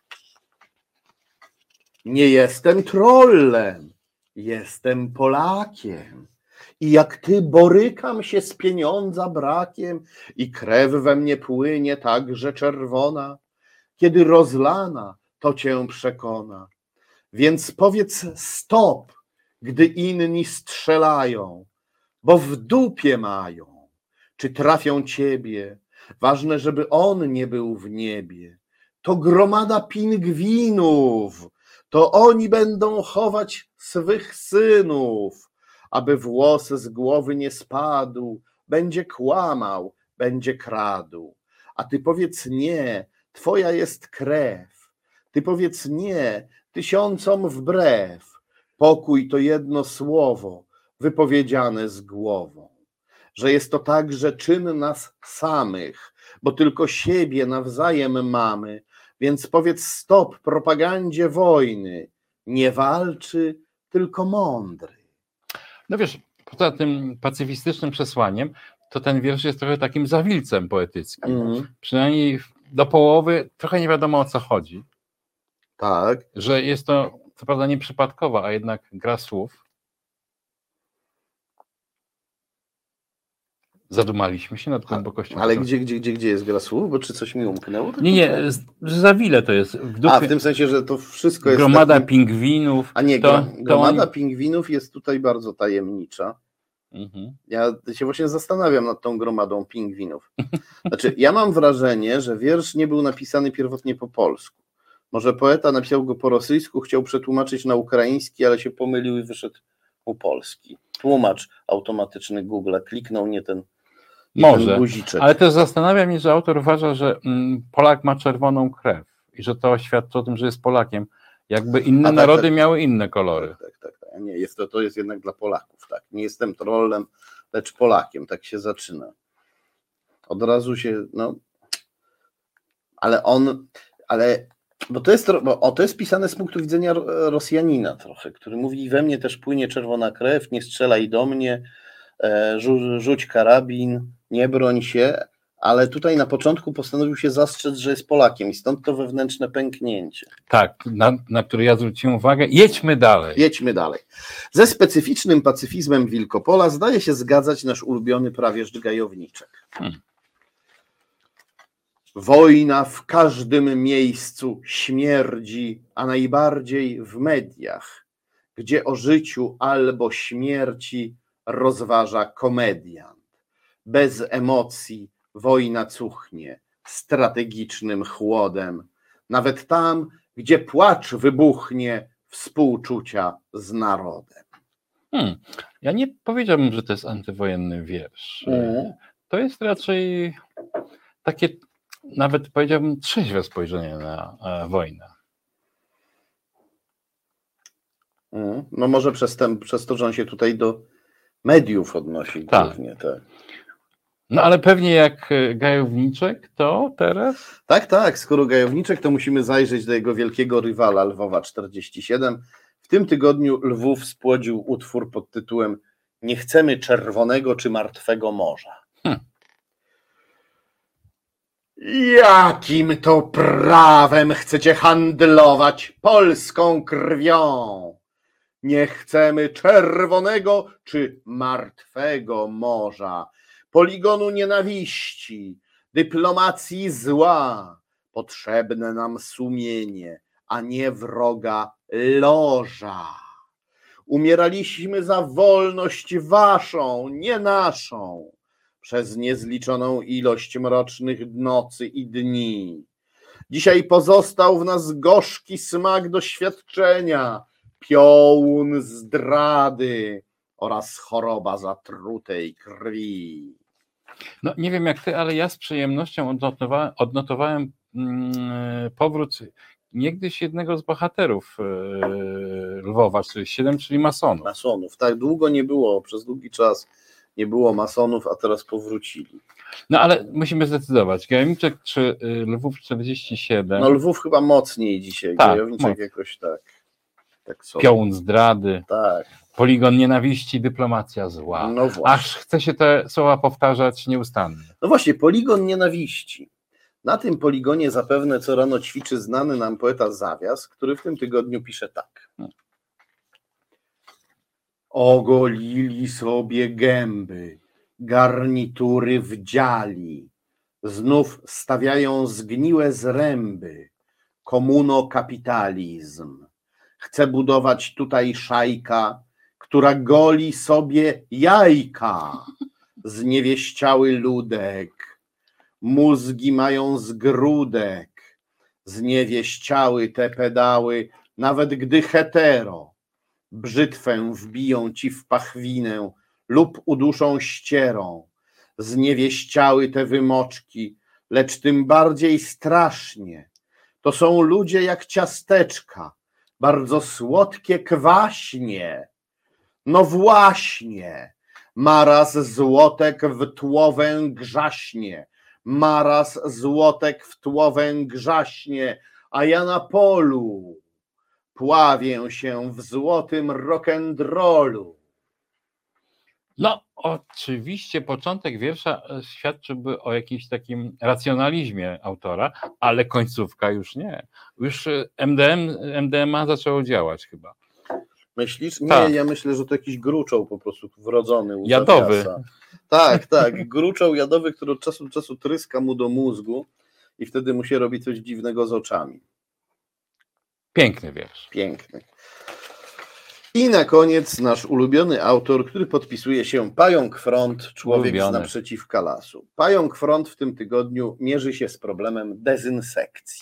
Nie jestem trollem, jestem Polakiem. I jak ty borykam się z pieniądza brakiem i krew we mnie płynie także czerwona. Kiedy rozlana, to cię przekona. Więc powiedz stop, gdy inni strzelają, bo w dupie mają, czy trafią ciebie. Ważne, żeby on nie był w niebie. To gromada pingwinów, to oni będą chować swych synów. Aby włos z głowy nie spadł, będzie kłamał, będzie kradł. A ty powiedz nie, twoja jest krew. Ty powiedz nie, tysiącom wbrew. Pokój to jedno słowo, wypowiedziane z głową. Że jest to także czyn nas samych, bo tylko siebie nawzajem mamy. Więc powiedz stop propagandzie wojny. Nie walczy, tylko mądry. No wiesz, poza tym pacyfistycznym przesłaniem, to ten wiersz jest trochę takim zawilcem poetyckim. Przynajmniej do połowy trochę nie wiadomo, o co chodzi. Tak. Że jest to, co prawda, nieprzypadkowa, a jednak gra słów. Zadumaliśmy się nad głębokością. Ale gdzie jest gra słów? Bo czy coś mi umknęło? Nie, że zawile to jest. W tym sensie, że to wszystko jest... Gromada pingwinów. A nie, gromada pingwinów jest tutaj bardzo tajemnicza. Ja się właśnie zastanawiam nad tą gromadą pingwinów. Znaczy, ja mam wrażenie, że wiersz nie był napisany pierwotnie po polsku. Może poeta napisał go po rosyjsku, chciał przetłumaczyć na ukraiński, ale się pomylił i wyszedł mu polski. Tłumacz automatyczny Google kliknął nie ten guziczek. Ale też zastanawia mnie, że autor uważa, że Polak ma czerwoną krew i że to świadczy o tym, że jest Polakiem. Jakby inne narody miały inne kolory. Tak. Nie, to jest jednak dla Polaków. Tak. Nie jestem trollem, lecz Polakiem. Tak się zaczyna. Od razu się, bo to jest pisane z punktu widzenia Rosjanina trochę, który mówi, we mnie też płynie czerwona krew, nie strzelaj do mnie, rzuć karabin, nie broń się, ale tutaj na początku postanowił się zastrzec, że jest Polakiem i stąd to wewnętrzne pęknięcie. Tak, na które ja zwróciłem uwagę. Jedźmy dalej. Ze specyficznym pacyfizmem Wilkopola zdaje się zgadzać nasz ulubiony prawieżdż Gajowniczek. Wojna w każdym miejscu śmierdzi, a najbardziej w mediach, gdzie o życiu albo śmierci rozważa komediant. Bez emocji wojna cuchnie strategicznym chłodem. Nawet tam, gdzie płacz wybuchnie, współczucia z narodem. Ja nie powiedziałbym, że to jest antywojenny wiersz. To jest raczej takie, nawet powiedziałbym, trzeźwe spojrzenie na wojnę. No może przez to, że on się tutaj do mediów odnosi. Tak. Głównie, tak. No ale pewnie jak Gajowniczek, to teraz? Tak, skoro Gajowniczek, to musimy zajrzeć do jego wielkiego rywala Lwowa 47. W tym tygodniu Lwów spłodził utwór pod tytułem Nie chcemy czerwonego czy martwego morza. Jakim to prawem chcecie handlować polską krwią? Nie chcemy czerwonego czy martwego morza, poligonu nienawiści, dyplomacji zła. Potrzebne nam sumienie, a nie wroga loża. Umieraliśmy za wolność waszą, nie naszą, przez niezliczoną ilość mrocznych nocy i dni. Dzisiaj pozostał w nas gorzki smak doświadczenia, piołun zdrady oraz choroba zatrutej krwi. No nie wiem jak ty, ale ja z przyjemnością odnotowałem powrót niegdyś jednego z bohaterów Lwowa 47, czyli masonów. Masonów, tak długo nie było, przez długi czas nie było masonów, a teraz powrócili. No ale musimy zdecydować, Gajowniczek czy Lwów 47? No Lwów chyba mocniej dzisiaj, tak, Gajowniczek jakoś tak sobie. Piołun zdrady, tak. Poligon nienawiści, dyplomacja zła. No właśnie. Aż chce się te słowa powtarzać nieustannie. No właśnie, poligon nienawiści. Na tym poligonie zapewne co rano ćwiczy znany nam poeta Zawias, który w tym tygodniu pisze tak. Ogolili sobie gęby, garnitury wdziali, znów stawiają zgniłe zręby, komunokapitalizm. Chce budować tutaj szajka, która goli sobie jajka, zniewieściały ludek, mózgi mają z grudek, zniewieściały te pedały, nawet gdy hetero, brzytwę wbiją ci w pachwinę lub uduszą ścierą, zniewieściały te wymoczki, lecz tym bardziej strasznie. To są ludzie jak ciasteczka, bardzo słodkie kwaśnie. No właśnie, maraz złotek w tłowę grzaśnie, maraz złotek w tłowę grzaśnie, a ja na polu pławię się w złotym rock'n'rollu. No, oczywiście początek wiersza świadczyłby o jakimś takim racjonalizmie autora, ale końcówka już nie. Już MDMA zaczęło działać chyba. Myślisz? Nie, tak. Ja myślę, że to jakiś gruczoł po prostu wrodzony u jadowy. Zawiasa. Tak, gruczoł jadowy, który od czasu do czasu tryska mu do mózgu i wtedy mu się robi coś dziwnego z oczami. Piękny wiersz. Piękny. I na koniec nasz ulubiony autor, który podpisuje się Pająk Front, człowiek z naprzeciwka lasu. Pająk Front w tym tygodniu mierzy się z problemem dezynsekcji.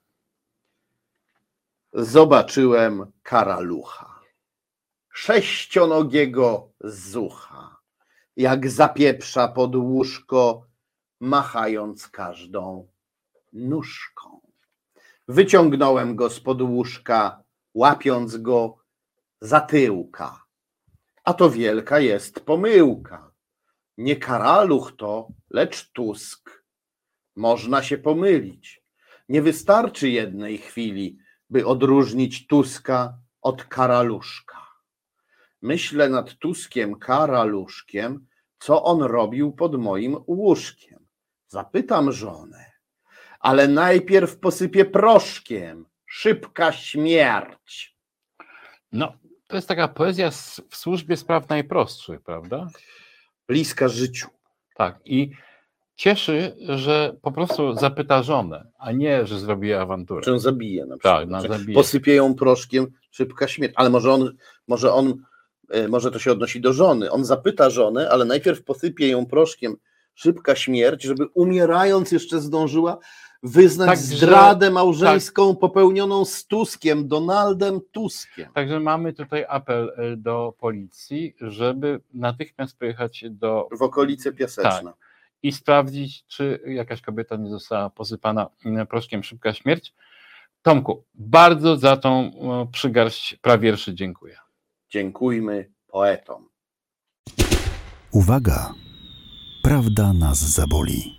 Zobaczyłem karalucha, sześcionogiego zucha, jak zapieprza pod łóżko, machając każdą nóżką. Wyciągnąłem go spod łóżka, łapiąc go za tyłka. A to wielka jest pomyłka. Nie karaluch to, lecz Tusk. Można się pomylić. Nie wystarczy jednej chwili, by odróżnić Tuska od karaluszka. Myślę nad Tuskiem karaluszkiem, co on robił pod moim łóżkiem. Zapytam żonę, ale najpierw posypię proszkiem. Szybka śmierć. No, to jest taka poezja w służbie spraw najprostszych, prawda? Bliska życiu. Tak, i cieszy, że po prostu zapyta żonę, a nie, że zrobi awanturę. Czy ją zabije na przykład. Tak, zabije. Posypie ją proszkiem, szybka śmierć. Ale może to się odnosi do żony. On zapyta żonę, ale najpierw posypie ją proszkiem, szybka śmierć, żeby umierając jeszcze zdążyła wyznać zdradę małżeńską popełnioną z Tuskiem, Donaldem Tuskiem. Także mamy tutaj apel do policji, żeby natychmiast pojechać w okolice Piaseczna. Tak, i sprawdzić, czy jakaś kobieta nie została posypana proszkiem szybka śmierć. Tomku, bardzo za tą przygarść prawierszy dziękuję. Dziękujmy poetom. Uwaga! Prawda nas zaboli.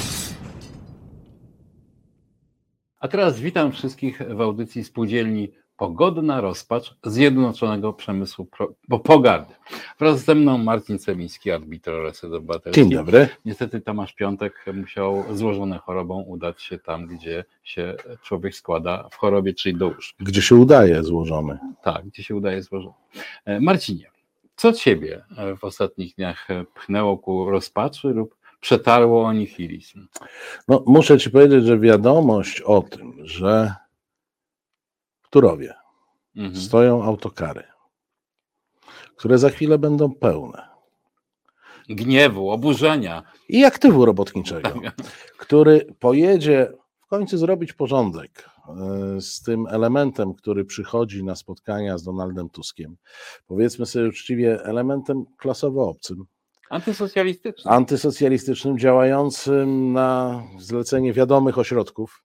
A teraz witam wszystkich w audycji Spółdzielni Pogodna Rozpacz Zjednoczonego Przemysłu Pogardy. Wraz ze mną Marcin Cemiński, arbitr Reset Obywatelski. Dzień dobry. Niestety Tomasz Piątek musiał złożony chorobą udać się tam, gdzie się człowiek składa w chorobie, czyli do łóżka. Gdzie się udaje złożony. Tak, gdzie się udaje złożony. Marcinie, co ciebie w ostatnich dniach pchnęło ku rozpaczy lub przetarło o nihilizm? No, muszę ci powiedzieć, że wiadomość o tym, że w Turowie stoją autokary, które za chwilę będą pełne Gniewu, oburzenia. i aktywu robotniczego, który pojedzie w końcu zrobić porządek z tym elementem, który przychodzi na spotkania z Donaldem Tuskiem. Powiedzmy sobie uczciwie, elementem klasowo obcym. Antysocjalistycznym, działającym na zlecenie wiadomych ośrodków,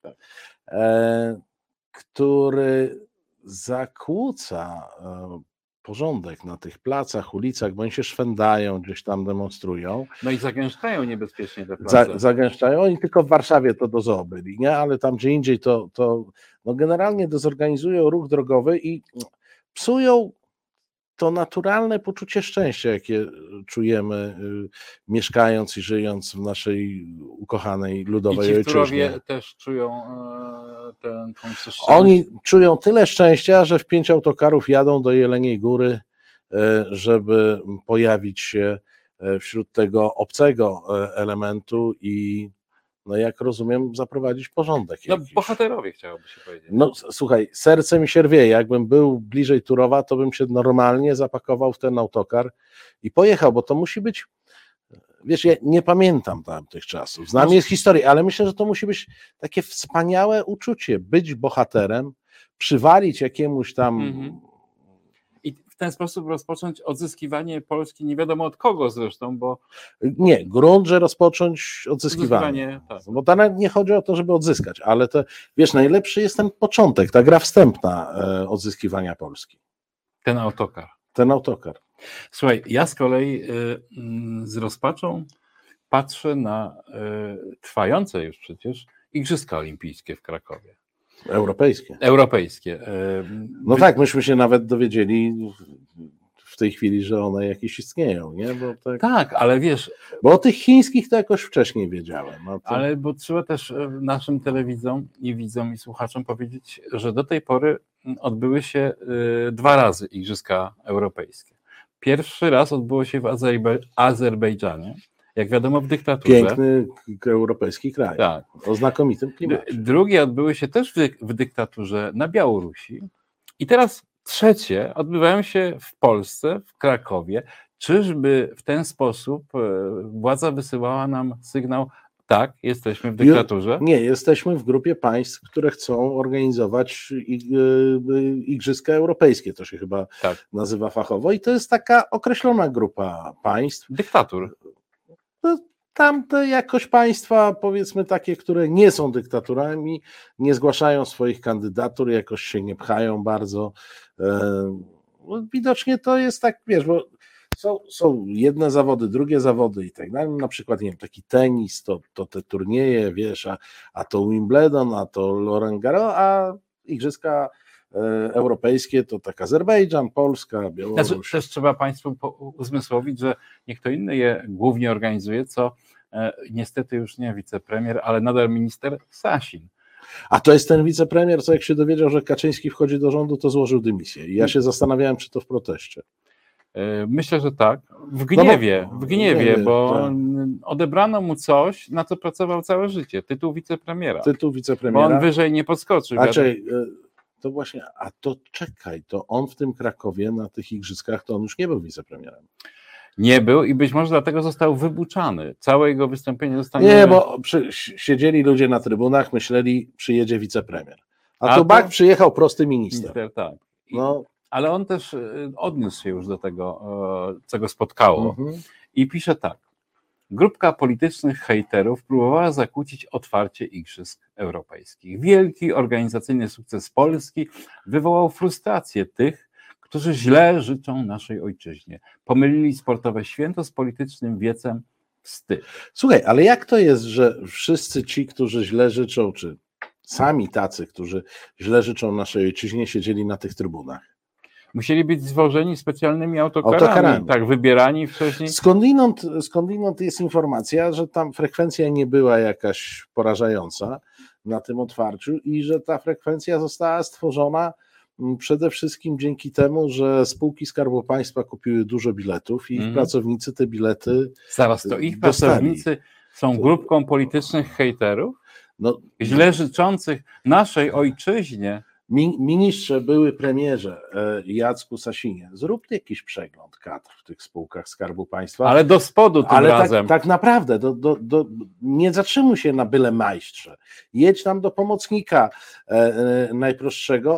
który zakłóca porządek na tych placach, ulicach, bo oni się szwędają, gdzieś tam demonstrują. No i zagęszczają niebezpiecznie te place. Zagęszczają, oni tylko w Warszawie to dozobyli, nie? Ale tam gdzie indziej to no generalnie dezorganizują ruch drogowy i psują to naturalne poczucie szczęścia, jakie czujemy mieszkając i żyjąc w naszej ukochanej ludowej ojczyźnie. I ci w Turowie też czują ten szczęście. Oni czują tyle szczęścia, że w 5 autokarów jadą do Jeleniej Góry, żeby pojawić się wśród tego obcego elementu i, no jak rozumiem, zaprowadzić porządek. No bohaterowie, chciałoby się powiedzieć. No słuchaj, serce mi się rwie, jakbym był bliżej Turowa, to bym się normalnie zapakował w ten autokar i pojechał, bo to musi być, wiesz, ja nie pamiętam tamtych czasów, znam jest historię, ale myślę, że to musi być takie wspaniałe uczucie, być bohaterem, przywalić jakiemuś tam... I w ten sposób rozpocząć odzyskiwanie Polski, nie wiadomo od kogo zresztą, bo... Nie, grunt, że rozpocząć odzyskiwanie. Tak. Bo to nawet nie chodzi o to, żeby odzyskać, ale to, wiesz, najlepszy jest ten początek, ta gra wstępna odzyskiwania Polski. Ten autokar. Słuchaj, ja z kolei z rozpaczą patrzę na trwające już przecież Igrzyska Olimpijskie w Krakowie. Europejskie. No tak, myśmy się nawet dowiedzieli w tej chwili, że one jakieś istnieją, nie? Bo tak, ale wiesz... Bo o tych chińskich to jakoś wcześniej wiedziałem. Ale bo trzeba też naszym telewidzom i widzom i słuchaczom powiedzieć, że do tej pory odbyły się 2 razy Igrzyska Europejskie. Pierwszy raz odbyło się w Azerbejdżanie, jak wiadomo w dyktaturze. Piękny europejski kraj, tak. O znakomitym klimacie. Drugie odbyły się też w dyktaturze na Białorusi i teraz trzecie odbywają się w Polsce, w Krakowie. Czyżby w ten sposób władza wysyłała nam sygnał, tak, jesteśmy w dyktaturze? Nie, jesteśmy w grupie państw, które chcą organizować Igrzyska Europejskie, to się chyba nazywa fachowo i to jest taka określona grupa państw. Dyktatur. Tamte jakoś państwa, powiedzmy takie, które nie są dyktaturami, nie zgłaszają swoich kandydatur, jakoś się nie pchają bardzo. Widocznie to jest tak, wiesz, bo są jedne zawody, drugie zawody i tak dalej. Na przykład, nie wiem, taki tenis, to te turnieje, wiesz, a to Wimbledon, a to Roland Garros, a Igrzyska Europejskie to tak Azerbejdżan, Polska, Białoruś. Znaczy, też trzeba Państwu uzmysłowić, że niech kto inny je głównie organizuje, co niestety już nie wicepremier, ale nadal minister Sasin. A to jest ten wicepremier, co jak się dowiedział, że Kaczyński wchodzi do rządu, to złożył dymisję. I ja się zastanawiałem, czy to w proteście. Myślę, że tak. W gniewie, bo odebrano mu coś, na co pracował całe życie. Tytuł wicepremiera. Bo on wyżej nie podskoczy. To właśnie, a to czekaj, to on w tym Krakowie na tych igrzyskach, to on już nie był wicepremierem. Nie był i być może dlatego został wybuczany. Całe jego wystąpienie zostanie... Nie, bo siedzieli ludzie na trybunach, myśleli, przyjedzie wicepremier. A tu Bak przyjechał prosty minister. Tak. Ale on też odniósł się już do tego, co go spotkało. I pisze tak. Grupka politycznych hejterów próbowała zakłócić otwarcie Igrzysk Europejskich. Wielki organizacyjny sukces Polski wywołał frustrację tych, którzy źle życzą naszej ojczyźnie. Pomylili sportowe święto z politycznym wiecem Wstyd. Słuchaj, ale jak to jest, że wszyscy ci, którzy źle życzą, czy sami tacy, którzy źle życzą naszej ojczyźnie, siedzieli na tych trybunach? Musieli być zwożeni specjalnymi autokarami, Autokarami. tak, wybierani wcześniej. Skądinąd jest informacja, że tam frekwencja nie była jakaś porażająca na tym otwarciu i że ta frekwencja została stworzona przede wszystkim dzięki temu, że spółki Skarbu Państwa kupiły dużo biletów i ich pracownicy te bilety Zaraz, to ich dostali. pracownicy są grupką politycznych hejterów, No, źle życzących naszej ojczyźnie. Ministrze, były premierze Jacku Sasinie, zrób jakiś przegląd kadr w tych spółkach Skarbu Państwa. Ale do spodu tym Ale razem. tak naprawdę, nie zatrzymuj się na byle majstrze. Jedź tam do pomocnika najprostszego,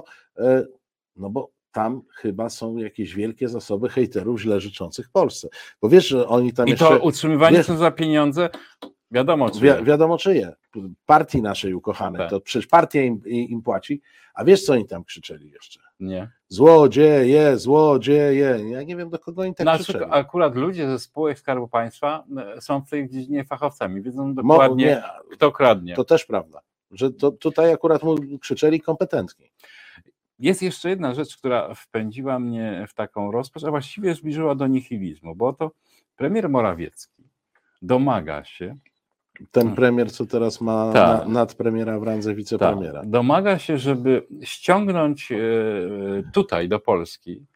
no bo tam chyba są jakieś wielkie zasoby hejterów źle życzących Polsce. Bo wiesz, że oni tam I jeszcze... to utrzymywanie są za pieniądze, wiadomo czyje. Wiadomo czyje. Partii naszej ukochanej. Tak. To przecież partia im płaci. A wiesz, co oni tam krzyczeli jeszcze? Nie. Złodzieje, złodzieje. Ja nie wiem, do kogo oni tak krzyczeli. Akurat ludzie ze spółek Skarbu Państwa są w tej dziedzinie fachowcami, wiedzą dokładnie, kto kradnie. To też prawda, że tutaj akurat krzyczeli kompetentni. Jest jeszcze jedna rzecz, która wpędziła mnie w taką rozpacz, a właściwie zbliżyła do nihilizmu, bo to premier Morawiecki domaga się. Ten premier, co teraz ma Tak. nadpremiera w randze wicepremiera. Tak, domaga się, żeby ściągnąć tutaj do Polski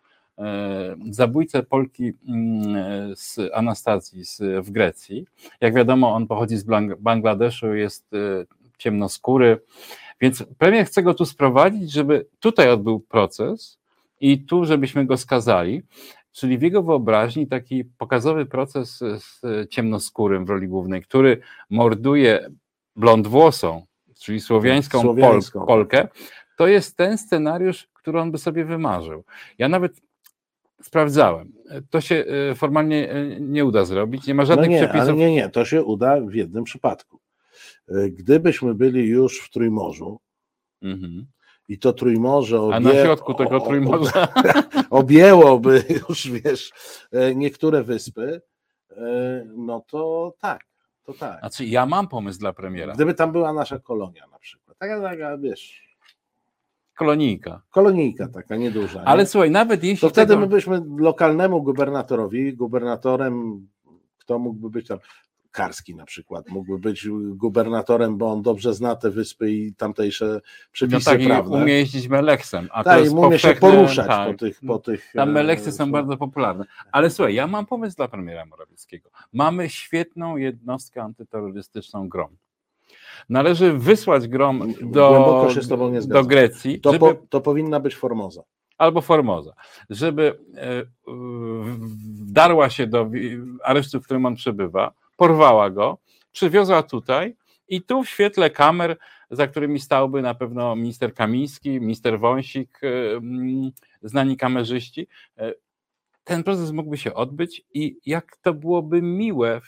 zabójcę Polki z Anastazji w Grecji. Jak wiadomo, on pochodzi z Bangladeszu, jest ciemnoskóry, więc premier chce go tu sprowadzić, żeby tutaj odbył proces i tu, żebyśmy go skazali. Czyli w jego wyobraźni taki pokazowy proces z ciemnoskórym w roli głównej, który morduje blondwłosą, czyli słowiańską. Polkę, to jest ten scenariusz, który on by sobie wymarzył. Ja nawet sprawdzałem. To się formalnie nie uda zrobić, nie ma żadnych przepisów. Ale nie, to się uda w jednym przypadku. Gdybyśmy byli już w Trójmorzu, i to Trójmorze a na środku tego Trójmorza objęłoby już, wiesz, niektóre wyspy, no to tak. Znaczy, ja mam pomysł dla premiera. Gdyby tam była nasza kolonia na przykład, taka wiesz... Kolonijka taka, nieduża. Ale nie? Słuchaj, nawet jeśli... To wtedy my byśmy lokalnemu gubernatorowi, gubernatorem, kto mógłby być tam... Karski na przykład mógłby być gubernatorem, bo on dobrze zna te wyspy i tamtejsze przepisy prawne. Umie jeździć meleksem. Tak, i umie się poruszać po tych... Tam meleksy są bardzo popularne. Ale słuchaj, ja mam pomysł dla premiera Morawieckiego. Mamy świetną jednostkę antyterrorystyczną GROM. Należy wysłać GROM do Grecji. To powinna być Formosa. Albo Formosa, żeby wdarła się do aresztu, w którym on przebywa, porwała go, przywiozła tutaj i tu w świetle kamer, za którymi stałby na pewno minister Kamiński, minister Wąsik, znani kamerzyści, ten proces mógłby się odbyć i jak to byłoby miłe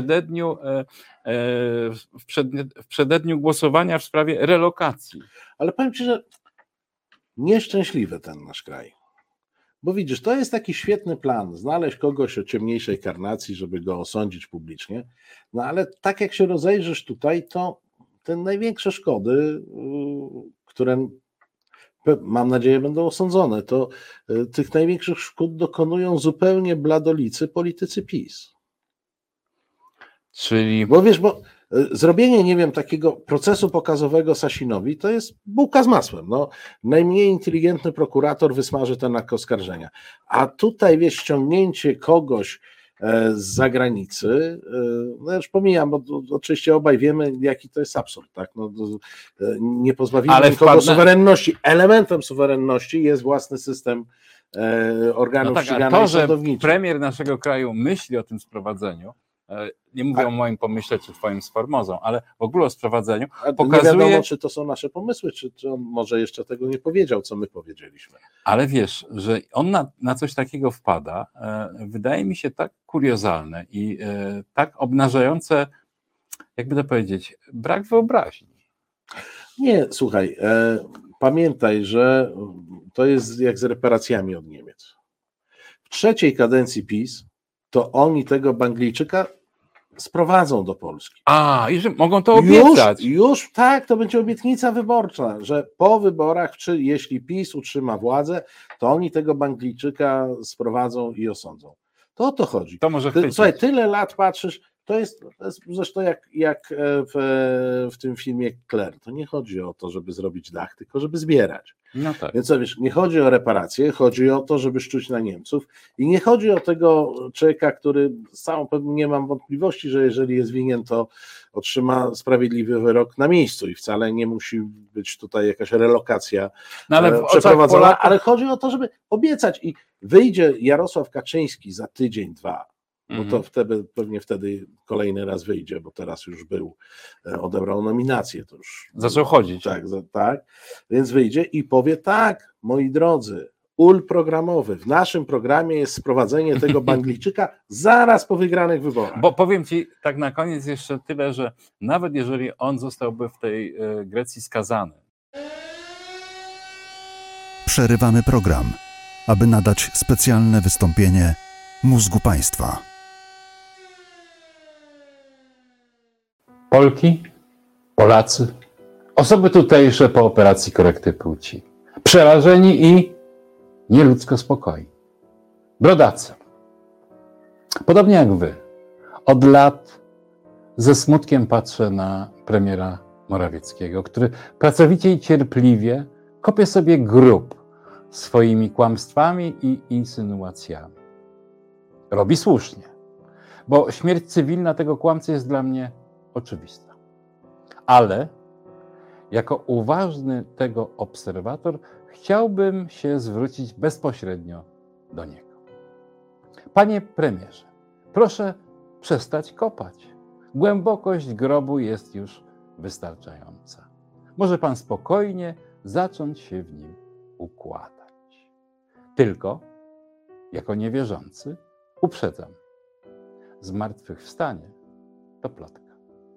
w przededniu głosowania w sprawie relokacji. Ale powiem Ci, że nieszczęśliwy ten nasz kraj. Bo widzisz, to jest taki świetny plan, znaleźć kogoś o ciemniejszej karnacji, żeby go osądzić publicznie, no ale tak jak się rozejrzysz tutaj, to te największe szkody, które mam nadzieję będą osądzone, to tych największych szkód dokonują zupełnie bladolicy politycy PiS. Czyli... Bo wiesz, zrobienie, nie wiem, takiego procesu pokazowego Sasinowi to jest bułka z masłem. No, najmniej inteligentny prokurator wysmaży ten akt oskarżenia. A tutaj, wiesz, ściągnięcie kogoś z zagranicy, no już pomijam, bo oczywiście obaj wiemy, jaki to jest absurd, tak? No, nie pozbawimy nikogo suwerenności. Elementem suwerenności jest własny system organów ścigania i sądowniczych. Premier naszego kraju myśli o tym sprowadzeniu, nie mówię o moim pomyśle, czy twoim z Formozą, ale w ogóle o sprowadzeniu, pokazuje... Nie wiadomo, czy to są nasze pomysły, czy on może jeszcze tego nie powiedział, co my powiedzieliśmy. Ale wiesz, że on na coś takiego wpada, wydaje mi się tak kuriozalne i tak obnażające, jakby to powiedzieć, brak wyobraźni. Nie, słuchaj, pamiętaj, że to jest jak z reparacjami od Niemiec. W trzeciej kadencji PiS to oni tego Banglijczyka sprowadzą do Polski. A, i że mogą to obiecać. Już tak, to będzie obietnica wyborcza, że po wyborach, czy jeśli PiS utrzyma władzę, to oni tego Banglijczyka sprowadzą i osądzą. To o to chodzi. To może chwycić. Słuchaj, tyle lat patrzysz, to jest zresztą jak w tym filmie Claire. To nie chodzi o to, żeby zrobić dach, tylko żeby zbierać. No tak. Więc wiesz, nie chodzi o reparacje, chodzi o to, żeby szczuć na Niemców i nie chodzi o tego człowieka, który z całą pewnością nie mam wątpliwości, że jeżeli jest winien, to otrzyma sprawiedliwy wyrok na miejscu i wcale nie musi być tutaj jakaś relokacja przeprowadzona, ale chodzi o to, żeby obiecać i wyjdzie Jarosław Kaczyński za tydzień, dwa, bo to pewnie wtedy kolejny raz wyjdzie, bo teraz już odebrał nominację, to już zaczął chodzić. Tak, więc wyjdzie i powie tak, moi drodzy, ul programowy, w naszym programie jest sprowadzenie tego Banglijczyka zaraz po wygranych wyborach. Bo powiem Ci tak na koniec jeszcze tyle, że nawet jeżeli on zostałby w tej Grecji skazany. Przerywamy program, aby nadać specjalne wystąpienie Mózgu Państwa. Polki, Polacy, osoby tutejsze po operacji korekty płci, przerażeni i nieludzko spokojni, brodacy. Podobnie jak Wy, od lat ze smutkiem patrzę na premiera Morawieckiego, który pracowicie i cierpliwie kopie sobie grób swoimi kłamstwami i insynuacjami. Robi słusznie, bo śmierć cywilna tego kłamcy jest dla mnie oczywista. Ale jako uważny tego obserwator chciałbym się zwrócić bezpośrednio do niego. Panie premierze, proszę przestać kopać. Głębokość grobu jest już wystarczająca. Może pan spokojnie zacząć się w nim układać. Tylko, jako niewierzący, uprzedzam. Zmartwychwstanie to plotka.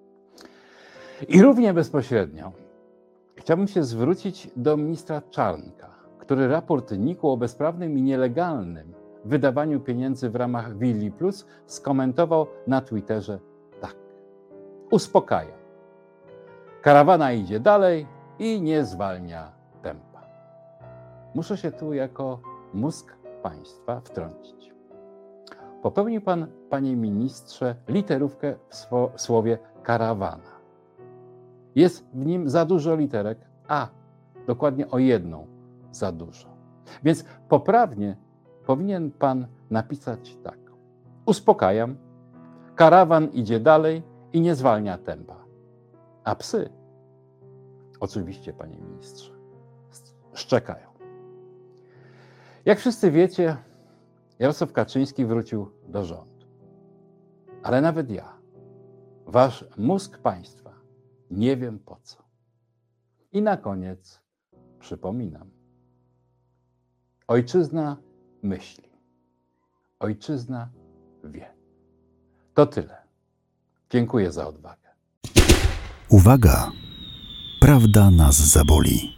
I równie bezpośrednio chciałbym się zwrócić do ministra Czarnka, który raport NIK-u o bezprawnym i nielegalnym wydawaniu pieniędzy w ramach Willi Plus skomentował na Twitterze tak. Uspokajam. Karawana idzie dalej i nie zwalnia tempa. Muszę się tu jako mózg państwa wtrącić. Popełnił pan, panie ministrze, literówkę w słowie karawana. Jest w nim za dużo literek A, dokładnie o jedną za dużo. Więc poprawnie powinien pan napisać tak. Uspokajam, karawan idzie dalej i nie zwalnia tempa. A psy, oczywiście, panie ministrze, szczekają. Jak wszyscy wiecie, Jarosław Kaczyński wrócił do rządu. Ale nawet ja, wasz mózg państwa, nie wiem po co. I na koniec przypominam. Ojczyzna myśli. Ojczyzna wie. To tyle. Dziękuję za odwagę. Uwaga! Prawda nas zaboli.